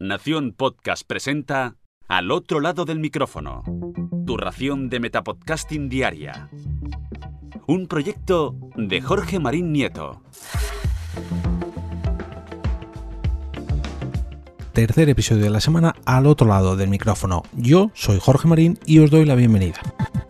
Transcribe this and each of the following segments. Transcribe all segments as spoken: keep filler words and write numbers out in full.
Nación Podcast presenta Al otro lado del micrófono, tu ración de metapodcasting diaria. Un proyecto de Jorge Marín Nieto. Tercer episodio de la semana al otro lado del micrófono. Yo soy Jorge Marín y os doy la bienvenida.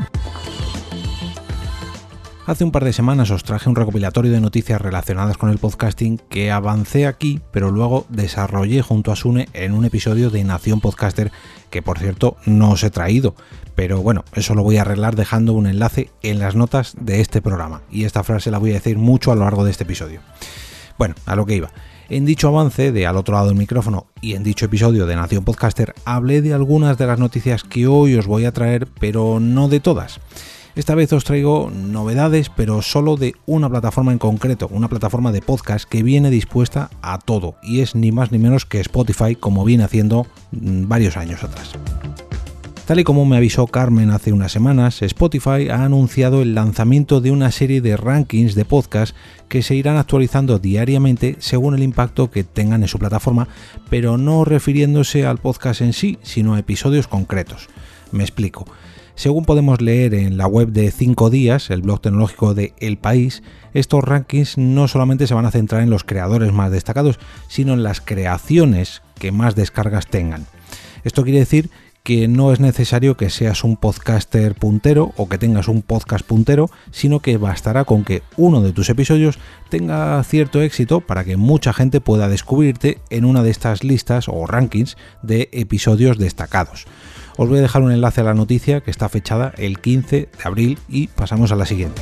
Hace un par de semanas os traje un recopilatorio de noticias relacionadas con el podcasting que avancé aquí, pero luego desarrollé junto a Sune en un episodio de Nación Podcaster que, por cierto, no os he traído. Pero bueno, eso lo voy a arreglar dejando un enlace en las notas de este programa. Y esta frase la voy a decir mucho a lo largo de este episodio. Bueno, a lo que iba. En dicho avance de Al otro lado del micrófono y en dicho episodio de Nación Podcaster hablé de algunas de las noticias que hoy os voy a traer, pero no de todas. Esta vez os traigo novedades, pero solo de una plataforma en concreto, una plataforma de podcast que viene dispuesta a todo y es ni más ni menos que Spotify, como viene haciendo varios años atrás. Tal y como me avisó Carmen hace unas semanas, Spotify ha anunciado el lanzamiento de una serie de rankings de podcast que se irán actualizando diariamente según el impacto que tengan en su plataforma, pero no refiriéndose al podcast en sí, sino a episodios concretos. Me explico. Según podemos leer en la web de cinco días, el blog tecnológico de El País, estos rankings no solamente se van a centrar en los creadores más destacados, sino en las creaciones que más descargas tengan. Esto quiere decir que no es necesario que seas un podcaster puntero o que tengas un podcast puntero, sino que bastará con que uno de tus episodios tenga cierto éxito para que mucha gente pueda descubrirte en una de estas listas o rankings de episodios destacados. Os voy a dejar un enlace a la noticia que está fechada el quince de abril y pasamos a la siguiente.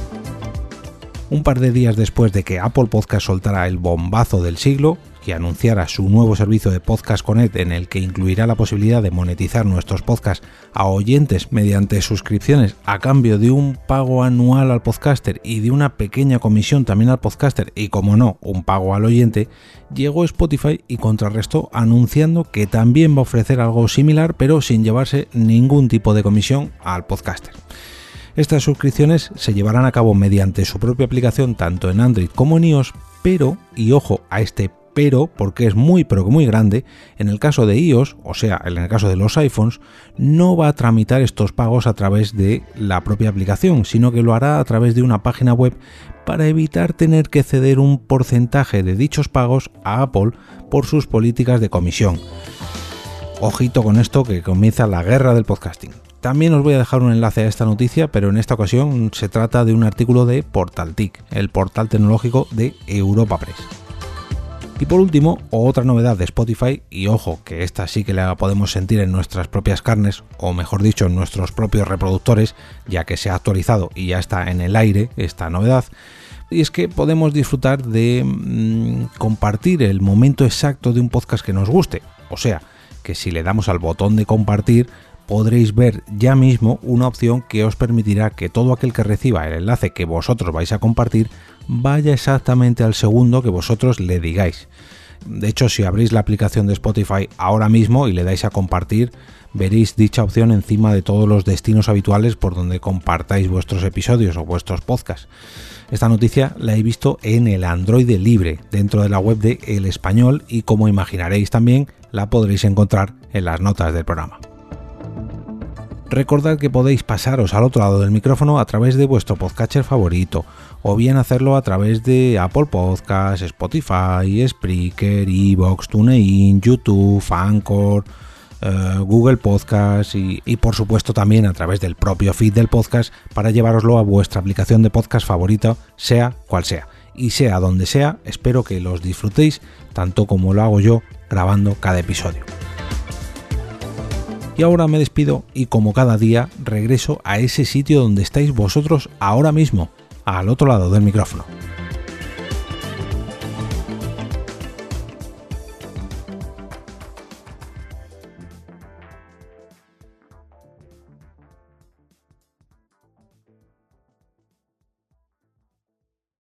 Un par de días después de que Apple Podcast soltara el bombazo del siglo, que anunciara su nuevo servicio de Podcast Connect en el que incluirá la posibilidad de monetizar nuestros podcasts a oyentes mediante suscripciones a cambio de un pago anual al podcaster y de una pequeña comisión también al podcaster y, como no, un pago al oyente, llegó Spotify y contrarrestó anunciando que también va a ofrecer algo similar pero sin llevarse ningún tipo de comisión al podcaster. Estas suscripciones se llevarán a cabo mediante su propia aplicación tanto en Android como en iOS, pero, y ojo a este pero, porque es muy pero que muy grande, en el caso de iOS, o sea, en el caso de los iPhones, no va a tramitar estos pagos a través de la propia aplicación, sino que lo hará a través de una página web para evitar tener que ceder un porcentaje de dichos pagos a Apple por sus políticas de comisión. Ojito con esto, que comienza la guerra del podcasting. También os voy a dejar un enlace a esta noticia, pero en esta ocasión se trata de un artículo de PortalTIC, el portal tecnológico de Europa Press. Y por último, otra novedad de Spotify, y ojo que esta sí que la podemos sentir en nuestras propias carnes, o mejor dicho en nuestros propios reproductores, ya que se ha actualizado y ya está en el aire esta novedad, y es que podemos disfrutar de mmm, compartir el momento exacto de un podcast que nos guste, o sea, que si le damos al botón de compartir, podréis ver ya mismo una opción que os permitirá que todo aquel que reciba el enlace que vosotros vais a compartir vaya exactamente al segundo que vosotros le digáis. De hecho, si abrís la aplicación de Spotify ahora mismo y le dais a compartir, veréis dicha opción encima de todos los destinos habituales por donde compartáis vuestros episodios o vuestros podcasts. Esta noticia la he visto en el Android libre, dentro de la web de El Español, y como imaginaréis también la podréis encontrar en las notas del programa. Recordad que podéis pasaros al otro lado del micrófono a través de vuestro podcatcher favorito, o bien hacerlo a través de Apple Podcasts, Spotify, Spreaker, iVoox, TuneIn, YouTube, Anchor, uh, Google Podcasts y, y por supuesto también a través del propio feed del podcast para llevároslo a vuestra aplicación de podcast favorita, sea cual sea. Y sea donde sea, espero que los disfrutéis tanto como lo hago yo grabando cada episodio. Y ahora me despido y como cada día regreso a ese sitio donde estáis vosotros ahora mismo, al otro lado del micrófono.